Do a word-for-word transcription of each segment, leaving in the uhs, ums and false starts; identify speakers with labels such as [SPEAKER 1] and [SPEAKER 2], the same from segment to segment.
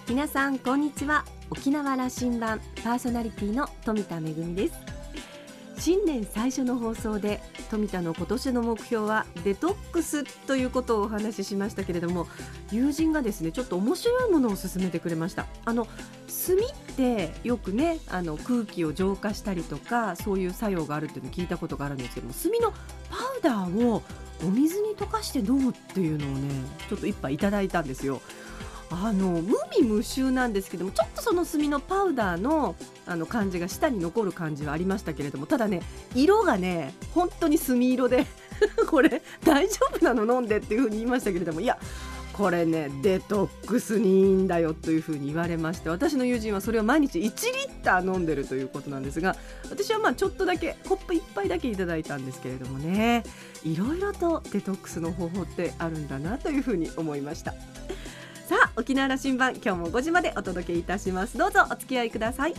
[SPEAKER 1] 皆さんこんにちは。沖縄羅針盤パーソナリティの富田恵です。新年最初の放送で富田の今年の目標はデトックスということをお話ししましたけれども、友人がですねちょっと面白いものを勧めてくれました。あの炭ってよくねあの空気を浄化したりとかそういう作用があるっていうのを聞いたことがあるんですけども、炭のパウダーをお水に溶かして飲むっていうのをねちょっと一杯いただいたんですよ。あの無味無臭なんですけども、ちょっとその炭のパウダーのあの感じが舌に残る感じはありましたけれども、ただね色がね本当に炭色でこれ大丈夫なの飲んでっていうふうに言いましたけれども、いやこれねデトックスにいいんだよというふうに言われまして、私の友人はそれを毎日いちリッター飲んでるということなんですが、私はまあちょっとだけコップいっぱいだけいただいたんですけれどもね、いろいろとデトックスの方法ってあるんだなというふうに思いました。さあ沖縄羅針盤、今日もごじまでお届けいたします。どうぞお付き合いください。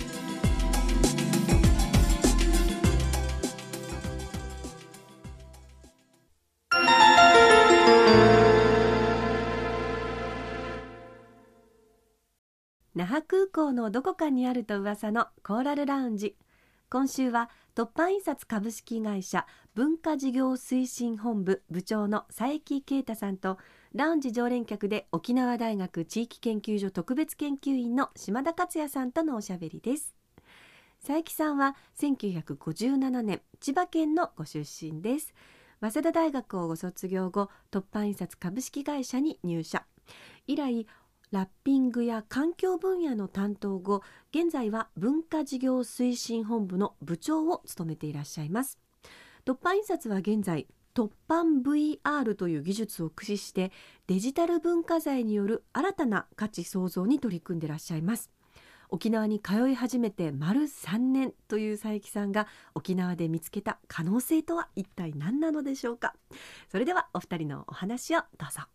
[SPEAKER 1] 那覇空港のどこかにあると噂のコーラルラウンジ。今週は突版印刷株式会社文化事業推進本部部長の佐伯啓太さんと、ラウンジ常連客で沖縄大学地域研究所特別研究員の島田克也さんとのおしゃべりです。佐伯さんはせんきゅうひゃくごじゅうななねん千葉県のご出身です。早稲田大学をご卒業後、突版印刷株式会社に入社。以来ラッピングや環境分野の担当後、現在は文化事業推進本部の部長を務めていらっしゃいます。突版印刷は現在突版 ブイアール という技術を駆使してデジタル文化財による新たな価値創造に取り組んでいらっしゃいます。沖縄に通い始めて丸さんねんという佐伯さんが沖縄で見つけた可能性とは一体何なのでしょうか。それではお二人のお話をどうぞ。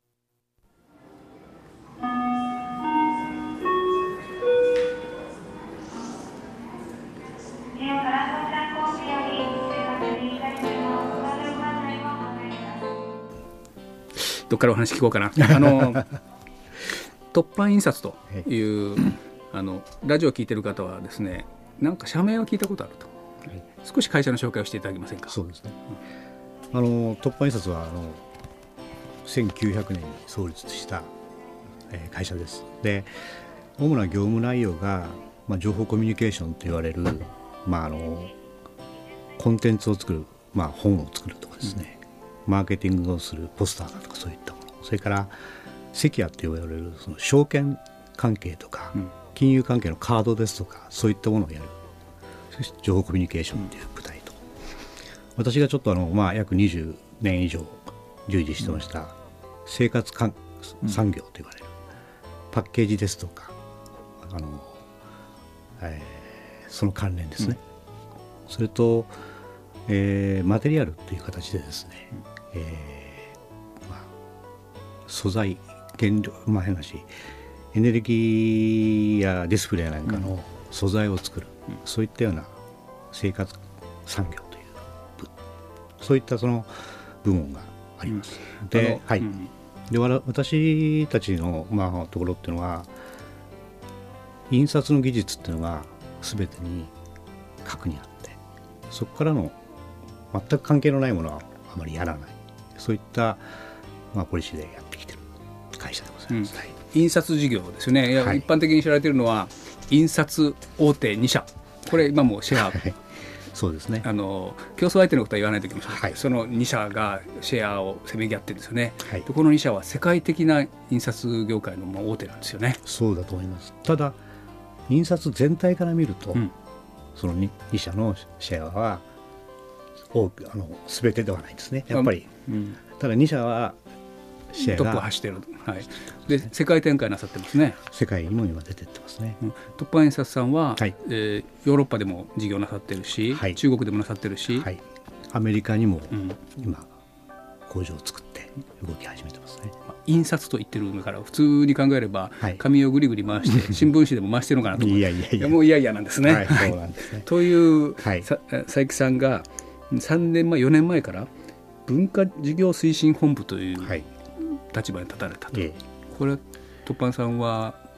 [SPEAKER 2] どっからお話聞こうかな。あの突版印刷というあのラジオを聞いてる方はですね、なんか社名を聞いたことあると、はい、少し会社の紹介をしていただけませんか。
[SPEAKER 3] そうですね、うん、あの突版印刷はあのせんきゅうひゃくねんに創立した、えー、会社です。で主な業務内容が、まあ、情報コミュニケーションと言われる、まあ、あのコンテンツを作る、まあ、本を作るとかですね、うん、マーケティングをするポスターだとかそういったもの、それからセキュアと言われるその証券関係とか、うん、金融関係のカードですとかそういったものをやる情報コミュニケーションという部隊と、うん、私がちょっとあの、まあ、約にじゅうねん以上従事してました、うん、生活産業と言われる、うん、パッケージですとかあの、えー、その関連ですね、うん、それと、えー、マテリアルという形でですね、うん、えーまあ、素材原料、まあ、変な話エネルギーやディスプレイなんかの素材を作る、うん、そういったような生活産業というそういったその部門があります、うん、で、はい、うん、で私たちの、まあ、ところっていうのは印刷の技術っていうのが全てに核にあって、そこからの全く関係のないものはあまりやらない、そういった、まあ、ポリシーでやってきている会社でございます、うん、はい、
[SPEAKER 2] 印刷事業ですよね。いや、はい、一般的に知られているのは印刷大手に社、これ今もシェア、はい、
[SPEAKER 3] そうですね、
[SPEAKER 2] あの競争相手のことは言わないといけません、はい、そのに社がシェアをせめぎ合ってるんですよね、はい、でこのに社は世界的な印刷業界の大手なんですよね。
[SPEAKER 3] そうだと思います。ただ印刷全体から見ると、うん、その 2, に社のシェアは多くあの全てではないんですね、やっぱり、うん、ただに社はシェアが
[SPEAKER 2] トップを走っている、はい、で世界展開なさってますね。
[SPEAKER 3] 世界にも今出てってますね、
[SPEAKER 2] うん、突版印刷さんは、はい、えー、ヨーロッパでも事業なさってるし、はい、中国でもなさってるし、はい、
[SPEAKER 3] アメリカにも今、うん、工場を作って動き始めてますね。
[SPEAKER 2] 印刷と言ってるから普通に考えれば、はい、紙をぐりぐり回して新聞紙でも回してるのかなと思う。
[SPEAKER 3] いやいやいや、
[SPEAKER 2] もういやいやなんですね、
[SPEAKER 3] はい、そうなんですね
[SPEAKER 2] という、はい、佐伯さんがさんねんまえよねんまえから文化事業推進本部という、はい、立場に立たれたと、ええ、これ突版さんは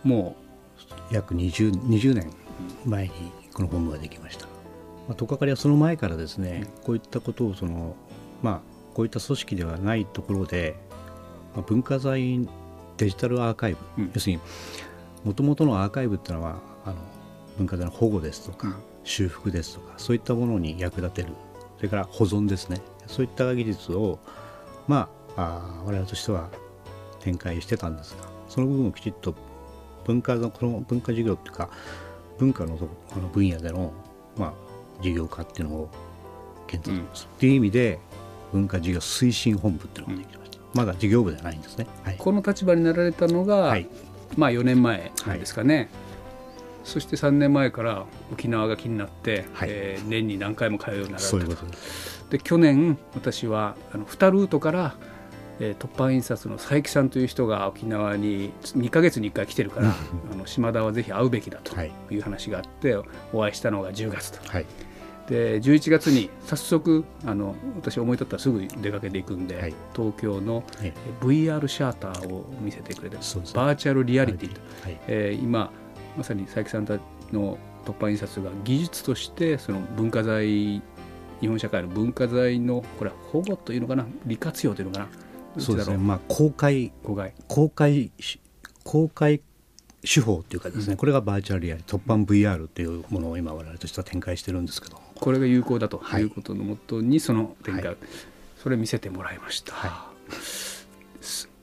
[SPEAKER 2] も
[SPEAKER 3] う約 20, 20年前にこの本部ができました。まあ、とっかかりはその前からですね、こういったことをその、まあ、こういった組織ではないところで、まあ、文化財デジタルアーカイブ、うん、要するにもともとのアーカイブっていうのはあの文化財の保護ですとか、うん、修復ですとかそういったものに役立てる、それから保存ですね、そういった技術を、まあ、あ我々としては展開してたんですが、その部分をきちっと文化のこの文化事業っていうか文化のこの分野での、まあ、事業化っていうのを検討します、うん、っていう意味で文化事業推進本部っていうのができました。うん、まだ事業部ではないんですね。はい、
[SPEAKER 2] この立場になられたのが、はい、まあ、よねんまえですかね。はい、そしてさんねんまえから沖縄が気になって、はい、えー、年に何回も通うようになられたと。そういうことです。で去年私はあのにルートから、えー、凸版印刷の佐伯さんという人が沖縄ににかげつにいっかい来てるからあの島田はぜひ会うべきだという話があってお会いしたのがじゅうがつと。はい、でじゅういちがつに早速あの私思い立ったらすぐ出かけていくんで、はい、東京の、はい、ブイアール シャーターを見せてくれて、バーチャルリアリティと、はい、えー、今まさに佐伯さんたちの凸版印刷が技術としてその文化財、日本社会の文化財のこれは保護というのかな、利活用というのかな、
[SPEAKER 3] そうですね、まあ、公開
[SPEAKER 2] 公開
[SPEAKER 3] 公開公開手法というかですね、うん、これがバーチャルリアリティ、凸版 ブイアール というものを今我々としては展開してるんですけど、
[SPEAKER 2] これが有効だということのもとにその展開、はい、それを見せてもらいました。はい、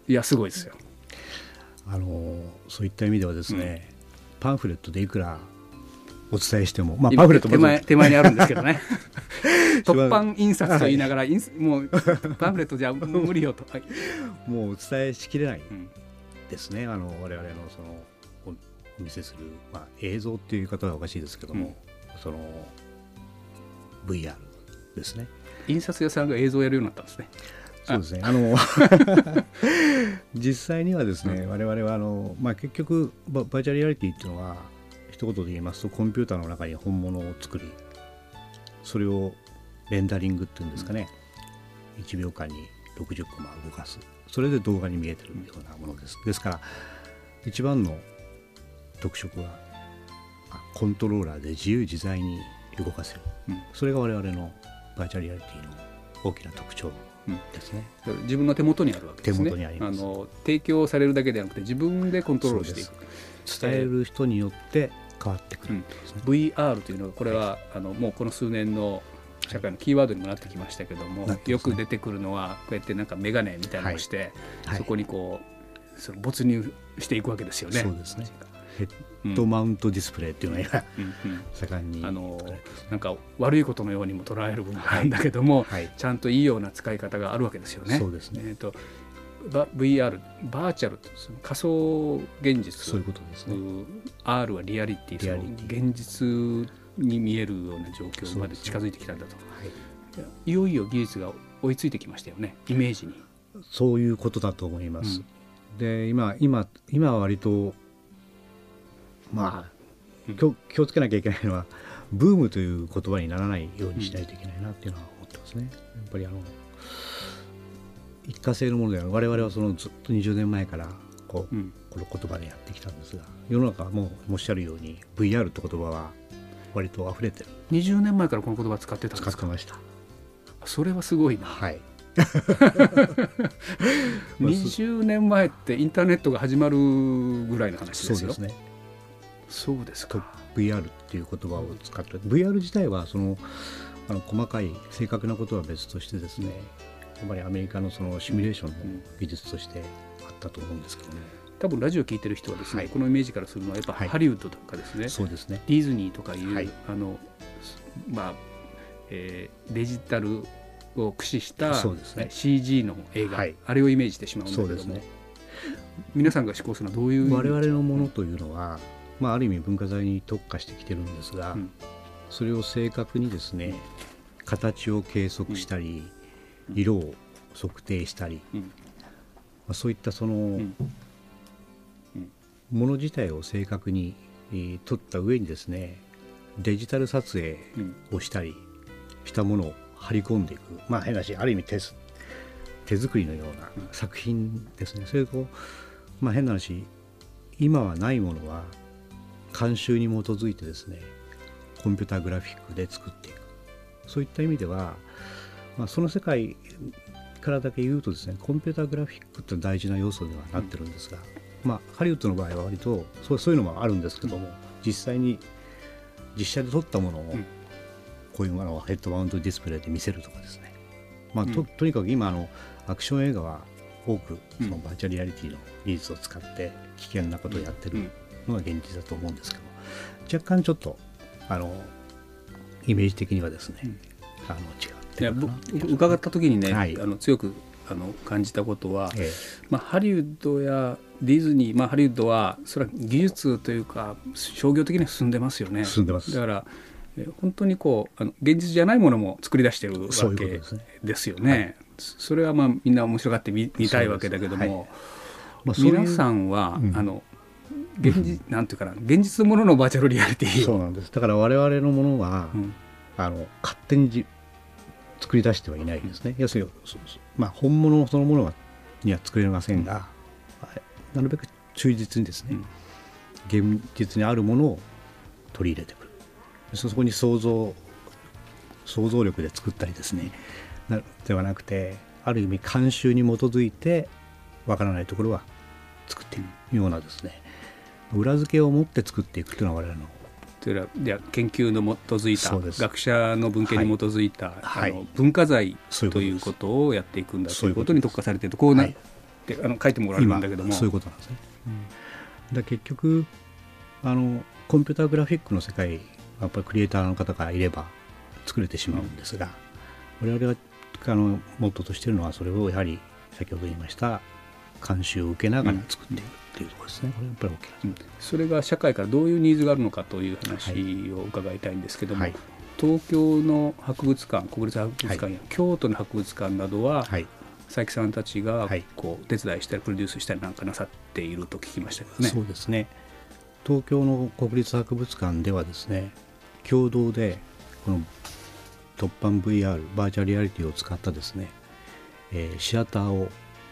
[SPEAKER 2] いやすごいですよ。
[SPEAKER 3] あのそういった意味ではですね、うん、パンフレットでいくらお伝えしても、まあ、パンフレットも手前、
[SPEAKER 2] 手前にあるんですけどね凸版印刷と言いながら、はい、もうパンフレットじゃ無理よと、はい、
[SPEAKER 3] もうお伝えしきれないですね。うん、あの我々のその お, お見せする、まあ、映像っていう言い方はおかしいですけども、うん、その ブイアール ですね。
[SPEAKER 2] 印刷屋さんが映像をやるようになったんですね。
[SPEAKER 3] そうですね、あの実際にはですね、うん、我々はあの、まあ、結局バ, バーチャルリアリティっていうのは一言で言いますとコンピューターの中に本物を作り、それをレンダリングっていうんですかね、うん、いちびょうかんにろくじゅっコマ動かす、それで動画に見えてるようなものです。ですから一番の特色はコントローラーで自由自在に動かせる、うん、それが我々のバーチャルリアリティの大きな特徴ですね。
[SPEAKER 2] うん、自分の手元にあるわけですね。
[SPEAKER 3] 手元にあります。
[SPEAKER 2] あの提供されるだけではなくて自分でコントロールしていく。
[SPEAKER 3] 伝える人によって変わってくる、ね、
[SPEAKER 2] うん、ブイアール というのはこれは、はい、あのもうこの数年の社会のキーワードにもなってきましたけども、はい、よく出てくるのはこうやってなんかメガネみたいなのをして、はい、そこにこうその没入していくわけですよね。
[SPEAKER 3] そうですね。ヘッドマウントディスプレイっていうのが、うん、盛んに、
[SPEAKER 2] あのなんか悪いことのようにも捉える部分があるんだけども、はいはい、ちゃんといいような使い方があるわけですよね。
[SPEAKER 3] そうですね。
[SPEAKER 2] えーとブイアール、バーチャル、仮想現実、
[SPEAKER 3] そういうことですね。
[SPEAKER 2] アール はリアリティ、リアリティ、現実に見えるような状況まで近づいてきたんだと、ね、はい、いよいよ技術が追いついてきましたよね、イメージに。
[SPEAKER 3] そういうことだと思います。うん、で 今, 今, 今は割とまあ、うん、気, 気をつけなきゃいけないのはブームという言葉にならないようにしないといけないなっていうのは思ってますね。やっぱりあの一過性のものでは我々はそのずっとにじゅうねんまえからこう、うん、この言葉でやってきたんですが、世の中はもうおっしゃるように ブイアール って言葉は割と溢れてる。
[SPEAKER 2] にじゅうねんまえからこの言葉使ってたんですか？
[SPEAKER 3] 使ってました。
[SPEAKER 2] それはすごいな。
[SPEAKER 3] はい
[SPEAKER 2] にじゅうねんまえってインターネットが始まるぐらいの話ですよ。
[SPEAKER 3] そうですね。
[SPEAKER 2] そうですか。
[SPEAKER 3] ブイアール っていう言葉を使って、 ブイアール 自体はそのあの細かい正確なことは別としてですね、やっぱりアメリカのそのシミュレーションの技術としてあったと思うんですけどね。
[SPEAKER 2] 多分ラジオ聞いてる人はですね、はい、このイメージからするのはやっぱハリウッドとかですね、はい、
[SPEAKER 3] そうですね、
[SPEAKER 2] ディズニーとかいう、はい、あのまあえー、デジタルを駆使した、そうですね、シージー の映画、はい、あれをイメージしてしまうんだけども、そうですね、皆さんが思考するのはどういう？
[SPEAKER 3] 我々のものというのは、まあ、ある意味文化財に特化してきてるんですが、うん、それを正確にですね、形を計測したり、うん、色を測定したり、うん、まあ、そういったその、うんうん、もの自体を正確に、えー、撮った上にですね、デジタル撮影をしたりしたものを貼り込んでいく、まあ変な話、ある意味 手, 手作りのような作品ですね。それと、まあ、変な話、 今はないものは慣習に基づいてですねコンピューターグラフィックで作っていく、そういった意味では、まあ、その世界からだけ言うとですねコンピューターグラフィックって大事な要素ではなってるんですが、うんまあ、ハリウッドの場合は割とそう、そういうのもあるんですけども、実際に実写で撮ったものをこういうものをヘッドマウントディスプレイで見せるとかですね、まあ、と, とにかく今あのアクション映画は多くそのバーチャルリアリティの技術を使って危険なことをやってるのが現実だと思うんですけども、若干ちょっとあのイメージ的にはですね、うん、あの違ってるかな。
[SPEAKER 2] 伺った時にね、
[SPEAKER 3] はい、
[SPEAKER 2] あの強くあの感じたことは、
[SPEAKER 3] ええ
[SPEAKER 2] まあ、ハリウッドやディズニー、まあ、ハリウッドはそれは技術というか商業的には進んでますよね。
[SPEAKER 3] 進んでます。
[SPEAKER 2] だから本当にこうあの現実じゃないものも作り出してるわけですよね。はい、それはまあみんな面白がって 見, 見たいわけだけども、はいまあ、皆さんは、うん、あの現実、うん、なんていうかな現実もののバーチャルリアリティを
[SPEAKER 3] そうなんです。だから我々のものは、うん、あの勝手にじ作り出してはいないんですね。要するに、まあ、本物そのものには作れませんが、うん、なるべく忠実にですね、うん、現実にあるものを取り入れてくる。そこに想像想像力で作ったりですねなではなくて、ある意味慣習に基づいてわからないところは作っていくようなですね、裏付けを持って作っていくというのは我々の
[SPEAKER 2] というのは研究の基づいた学者の文献に基づいた、
[SPEAKER 3] はい、
[SPEAKER 2] あの文化財ということをやっていくんだということに特化されているとこうなって、はい、あの書いてもらえるんだけども、
[SPEAKER 3] そういうことなんですね。うん、だ結局あのコンピューターグラフィックの世界やっぱりクリエイターの方がいれば作れてしまうんですが、うん、我々があのモットーとしているのはそれをやはり先ほど言いました監修を受けながら作っていくっていうところですね。これやっぱり大きな、うん、
[SPEAKER 2] それが社会からどういうニーズがあるのかという話を伺いたいんですけども、はい、東京の博物館国立博物館や、はい、京都の博物館などは、はい、佐伯さんたちがこう手伝いしたりプロデュースしたりなんかなさっていると聞きましたけどね。
[SPEAKER 3] そうですね。東京の国立博物館ではですね共同でこの突版 ブイアール バーチャルリアリティを使ったですね、えー、シアターを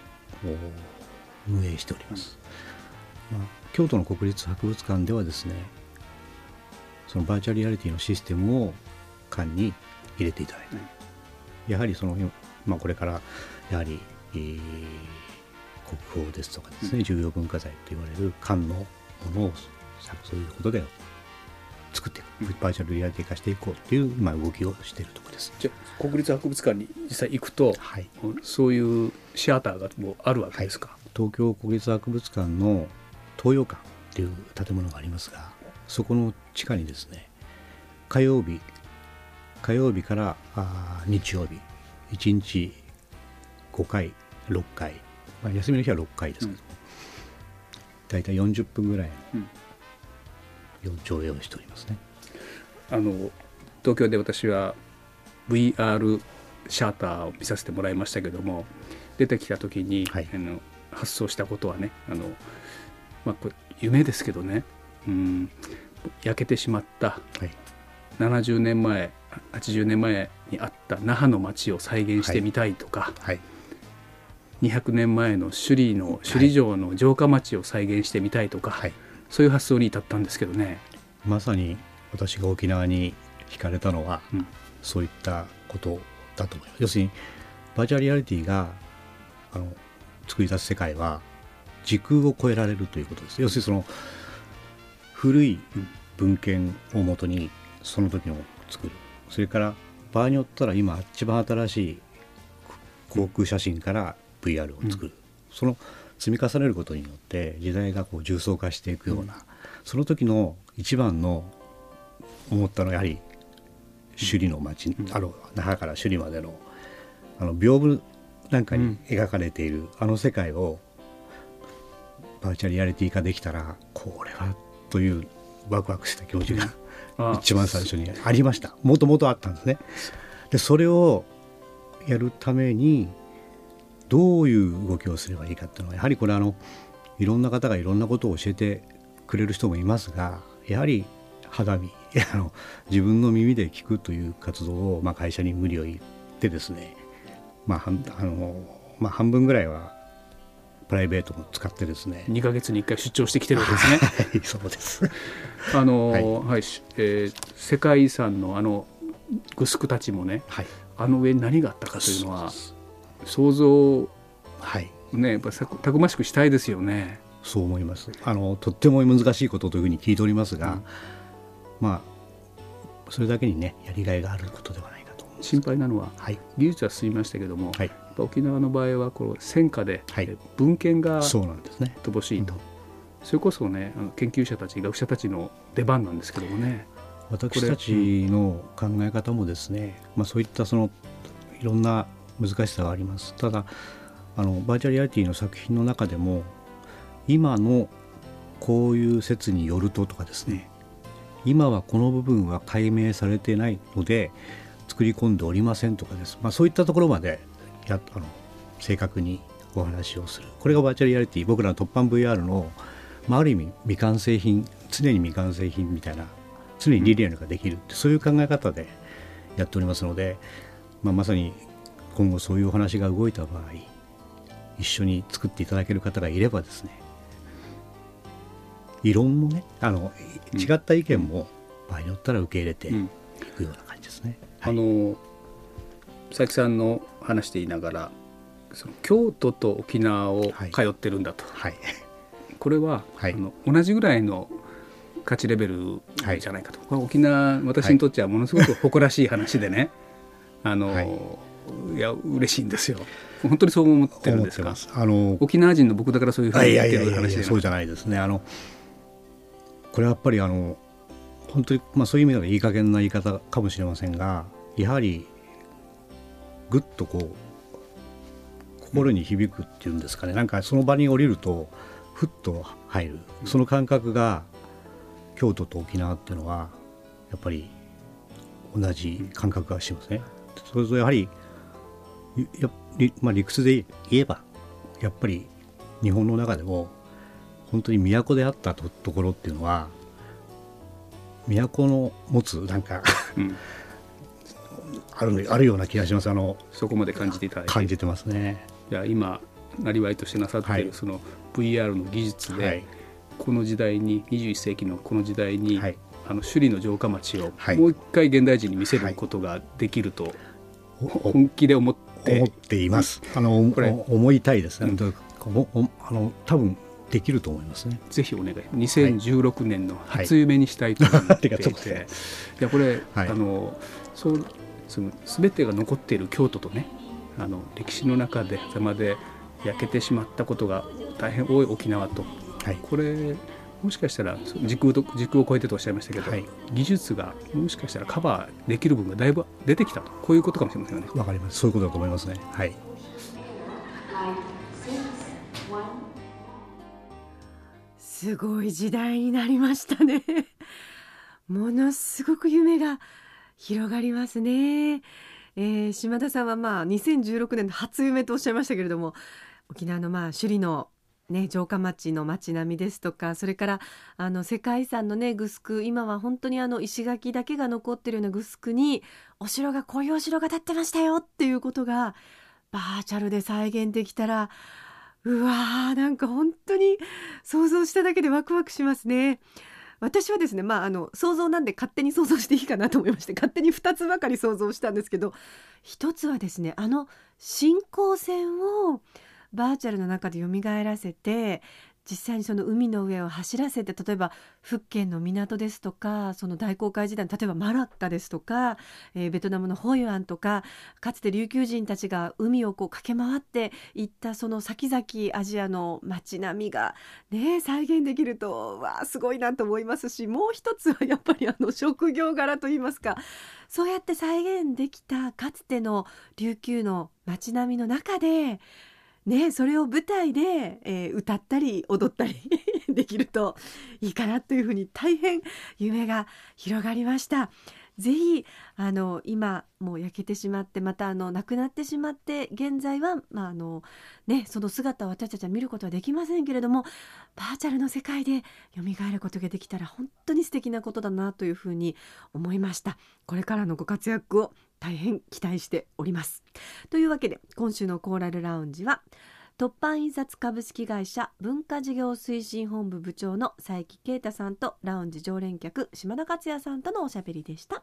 [SPEAKER 3] 運営しております。うんまあ、京都の国立博物館ではですねそのバーチャルリアリティのシステムを館に入れていただいて、うん、やはりその、まあ、これからやはり、えー、国宝ですとかですね、うん、重要文化財と言われる館のものをそういうことで作っていく、バーチャルリアリティ化していこうという、まあ、動きをしているところです。
[SPEAKER 2] じゃあ国立博物館に実際行くと、はい、そういうシアターがもうあるわけですか。はい、
[SPEAKER 3] 東京国立博物館の東洋館という建物がありますが、そこの地下にですね火曜日火曜日からあ日曜日いちにちごかいろっかい、まあ、休みの日はろっかいですけども、うん、だいたいよんじゅっぷんぐらいの上映をしておりますね。
[SPEAKER 2] あの東京で私は ブイアール シャーターを見させてもらいましたけども、出てきた時に、はい、あの発想したことはね、あの、まあ、これ夢ですけどね、うん焼けてしまった、はい、ななじゅうねんまえはちじゅうねんまえにあった那覇の街を再現してみたいとか、はいはい、にひゃくねんまえの首里の首里城の城下町を再現してみたいとか、はい、そういう発想に至ったんですけどね。
[SPEAKER 3] まさに私が沖縄に惹かれたのは、うん、そういったことだと思います。要するにバーチャルリアリティがあの作り出す世界は時空を超えられるということです。要するにその古い文献をもとにその時の作る、それから場合によったら今一番新しい航空写真から ブイアール を作る、うん、その積み重ねることによって時代がこう重層化していくような、うん、その時の一番の思ったのはやはり首里の町、うん、あの那覇から首里までのあの屏風なんかに描かれている、うん、あの世界をバーチャルリアリティ化できたらこれはというワクワクした気持ちが一番最初にありました。もともとあったんですね。でそれをやるためにどういう動きをすればいいかっていうのはやはりこれあのいろんな方がいろんなことを教えてくれる人もいますが、やはり肌身あの自分の耳で聞くという活動を、まあ、会社に無理を言ってですね、まああのまあ、半分ぐらいはプライベートも使ってですね、
[SPEAKER 2] にかげつにいっかい出張してきてるわけですね。
[SPEAKER 3] はい、そうです。
[SPEAKER 2] あの、
[SPEAKER 3] はい
[SPEAKER 2] はいえー、世界遺産のあのグスクたちもね、はい、あの上に何があったかというのは想像、はいね、やっぱたくましくしたいですよね。
[SPEAKER 3] そう思います。あのとっても難しいことというふうに聞いておりますが、うん、まあそれだけにねやりがいがあることではないかと思います。
[SPEAKER 2] 心配なのは、はい、技術は進みましたけども、はい、やっぱ沖縄の場合はこの戦火で、はい、文献が乏しいと、それこそねあの研究者たち学者たちの出番なんですけどもね、
[SPEAKER 3] 私たちの考え方もですね、まあ、そういったそのいろんな難しさがあります。ただあのバーチャルリアリティの作品の中でも今のこういう説によるととかですね、今はこの部分は解明されてないので作り込んでおりませんとかです、まあ、そういったところまでやあの正確にお話をする、これがバーチャルリアリティ、僕らの突版 ブイアール の、まあ、ある意味未完成品、常に未完成品みたいな、常にリニアルができるって、そういう考え方でやっておりますので、まあ、まさに今後そういうお話が動いた場合一緒に作っていただける方がいればですね、異論もねあの違った意見も場合によったら受け入れていくような感じですね。
[SPEAKER 2] うんはい、あの佐々木さんの話で言いながらその京都と沖縄を通ってるんだと、はいはい、これは、はい、あの同じぐらいの価値レベルじゃないかと、はい、沖縄私にとってはものすごく誇らしい話でね、はい、あの、はい、いや嬉しいんですよ。本当にそう思ってるんですか？あの沖縄人の僕だからそういうふうに言ってる話で。
[SPEAKER 3] そうじゃないですね。あのこれはやっぱりあの本当に、まあ、そういう意味ではいい加減な言い方かもしれませんが、やはりぐっとこう心に響くっていうんですかね、なんかその場に降りるとふっと入る、その感覚が京都と沖縄っていうのはやっぱり同じ感覚がしますね。それとやはりや、まあ、理屈で言えばやっぱり日本の中でも本当に都であった と, ところっていうのは都の持つなんか、うん、あるあるような気がします。あの
[SPEAKER 2] そこまで感じていただいて。
[SPEAKER 3] 感じてますね。
[SPEAKER 2] いや今なりわいとしてなさっている、はい、その ブイアール の技術で、はい、この時代ににじゅういっせいきのこの時代に、はい、あの首里の城下町をもう一回現代人に見せることができると、はい、本気で思って
[SPEAKER 3] 思っています。あのこれ思いたいですね。うん、あの多分できると思いますね。
[SPEAKER 2] ぜひお願い。にせんじゅうろくねんの初夢にしたいと思っていて、はい、いやこれ、はい、あのそうその全てが残っている京都とね、あの歴史の中で狭間で焼けてしまったことが大変多い沖縄と、はい、これもしかしたら時空と時空を超えてとおっしゃいましたけど、はい、技術がもしかしたらカバーできる分がだいぶ出てきたと、こういうことかもしれませんよね。
[SPEAKER 3] わかります。そういうことだと思いますね。はい。
[SPEAKER 1] すごい時代になりましたね。ものすごく夢が広がりますね。えー、島田さんはまあにせんじゅうろくねんの初夢とおっしゃいましたけれども、沖縄のまあ首里のね、城下町の町並みですとか、それからあの世界遺産のねグスク、今は本当にあの石垣だけが残ってるようなグスクにお城がこういうお城が建ってましたよっていうことがバーチャルで再現できたら、うわーなんか本当に想像しただけでワクワクしますね。私はですね、まあ、あの想像なんで勝手に想像していいかなと思いまして、勝手にふたつばかり想像したんですけど、ひとつはですね、あの新港線をバーチャルの中で蘇らせて、実際にその海の上を走らせて、例えば福建の港ですとか、その大航海時代の例えばマラッカですとか、えー、ベトナムのホイアンとか、かつて琉球人たちが海をこう駆け回っていったその先々アジアの街並みが、ね、再現できるとわあすごいなと思いますし、もう一つはやっぱりあの職業柄といいますか、そうやって再現できたかつての琉球の街並みの中でね、それを舞台で、えー、歌ったり踊ったりできるといいかなというふうに大変夢が広がりました。ぜひあの今もう焼けてしまって、またあの亡くなってしまって、現在は、まああのね、その姿を私たちは見ることはできませんけれども、バーチャルの世界で蘇ることができたら本当に素敵なことだなというふうに思いました。これからのご活躍を大変期待しております。というわけで今週のコーラルラウンジは突版印刷株式会社文化事業推進本部部長の佐伯啓太さんとラウンジ常連客島田克也さんとのおしゃべりでした。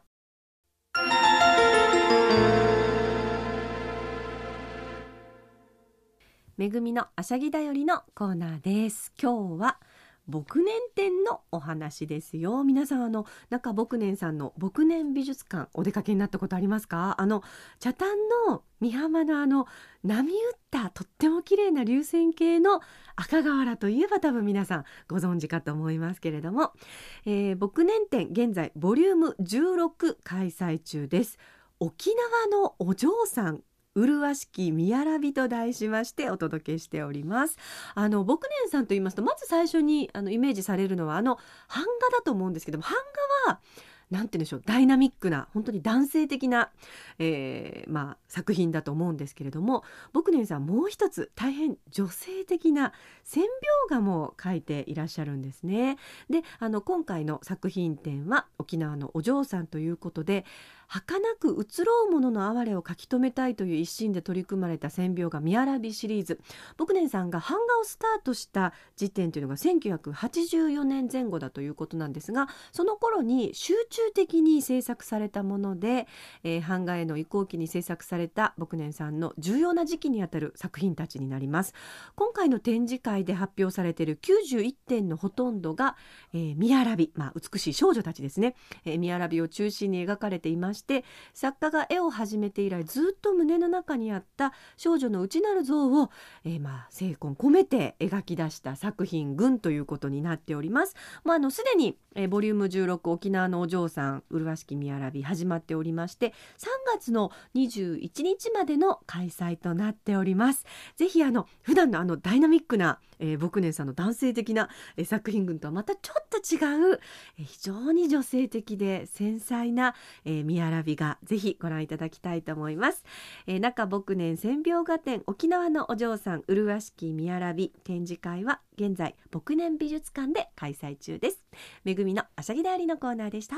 [SPEAKER 1] めぐみのあしゃぎだよりのコーナーです。今日は牧年展のお話ですよ。皆さん、あの中牧年さんの牧年美術館お出かけになったことありますか？あの北谷の美浜のあの波打ったとっても綺麗な流線形の赤瓦といえば多分皆さんご存知かと思いますけれども、えー、牧年展現在ボリュームじゅうろく開催中です。沖縄のお嬢さん麗しきみやらびと題しましてお届けしております。あの牧年さんと言いますとまず最初にあのイメージされるのはあの版画だと思うんですけども、版画はなんて言うんでしょう、ダイナミックな本当に男性的な、えーまあ、作品だと思うんですけれども、牧年さんもう一つ大変女性的な線描画も描いていらっしゃるんですね。で、あの今回の作品展は沖縄のお嬢さんということで、儚く移ろうものの哀れを書き留めたいという一心で取り組まれた線描画みやらびシリーズ、牧年さんが版画をスタートした時点というのがせんきゅうひゃくはちじゅうよねんぜん後だということなんですが、その頃に集中的に制作されたもので、えー、版画への移行期に制作された牧年さんの重要な時期にあたる作品たちになります。今回の展示会で発表されているきゅうじゅういってんのほとんどが、えー、みやらび、まあ、美しい少女たちですね、えー、みやらびを中心に描かれていまして、作家が絵を始めて以来ずっと胸の中にあった少女の内なる像を、えー、まあ精魂込めて描き出した作品群ということになっております。まあ、あのすでに、えー、ボリュームじゅうろく沖縄のお嬢さん麗しきみやらび始まっておりまして、さんがつのにじゅういちにちまでの開催となっております。ぜひあの普段のあのダイナミックな、えー、牧年さんの男性的な、えー、作品群とはまたちょっと違う、えー、非常に女性的で繊細な、えー、みやらびがぜひご覧いただきたいと思います。えー、中牧年線描画展沖縄のお嬢さん麗しきみやらび展示会は現在牧年美術館で開催中です。めぐみのあしゃぎだよりのコーナーでした。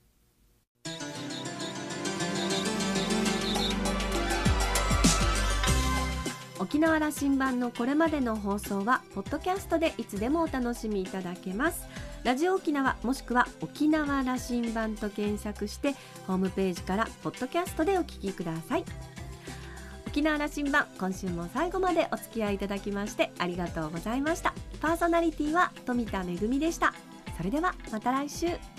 [SPEAKER 1] 沖縄羅針盤のこれまでの放送はポッドキャストでいつでもお楽しみいただけます。ラジオ沖縄もしくは沖縄羅針盤と検索してホームページからポッドキャストでお聞きください。沖縄羅針盤、今週も最後までお付き合いいただきましてありがとうございました。パーソナリティは富田恵でした。それではまた来週。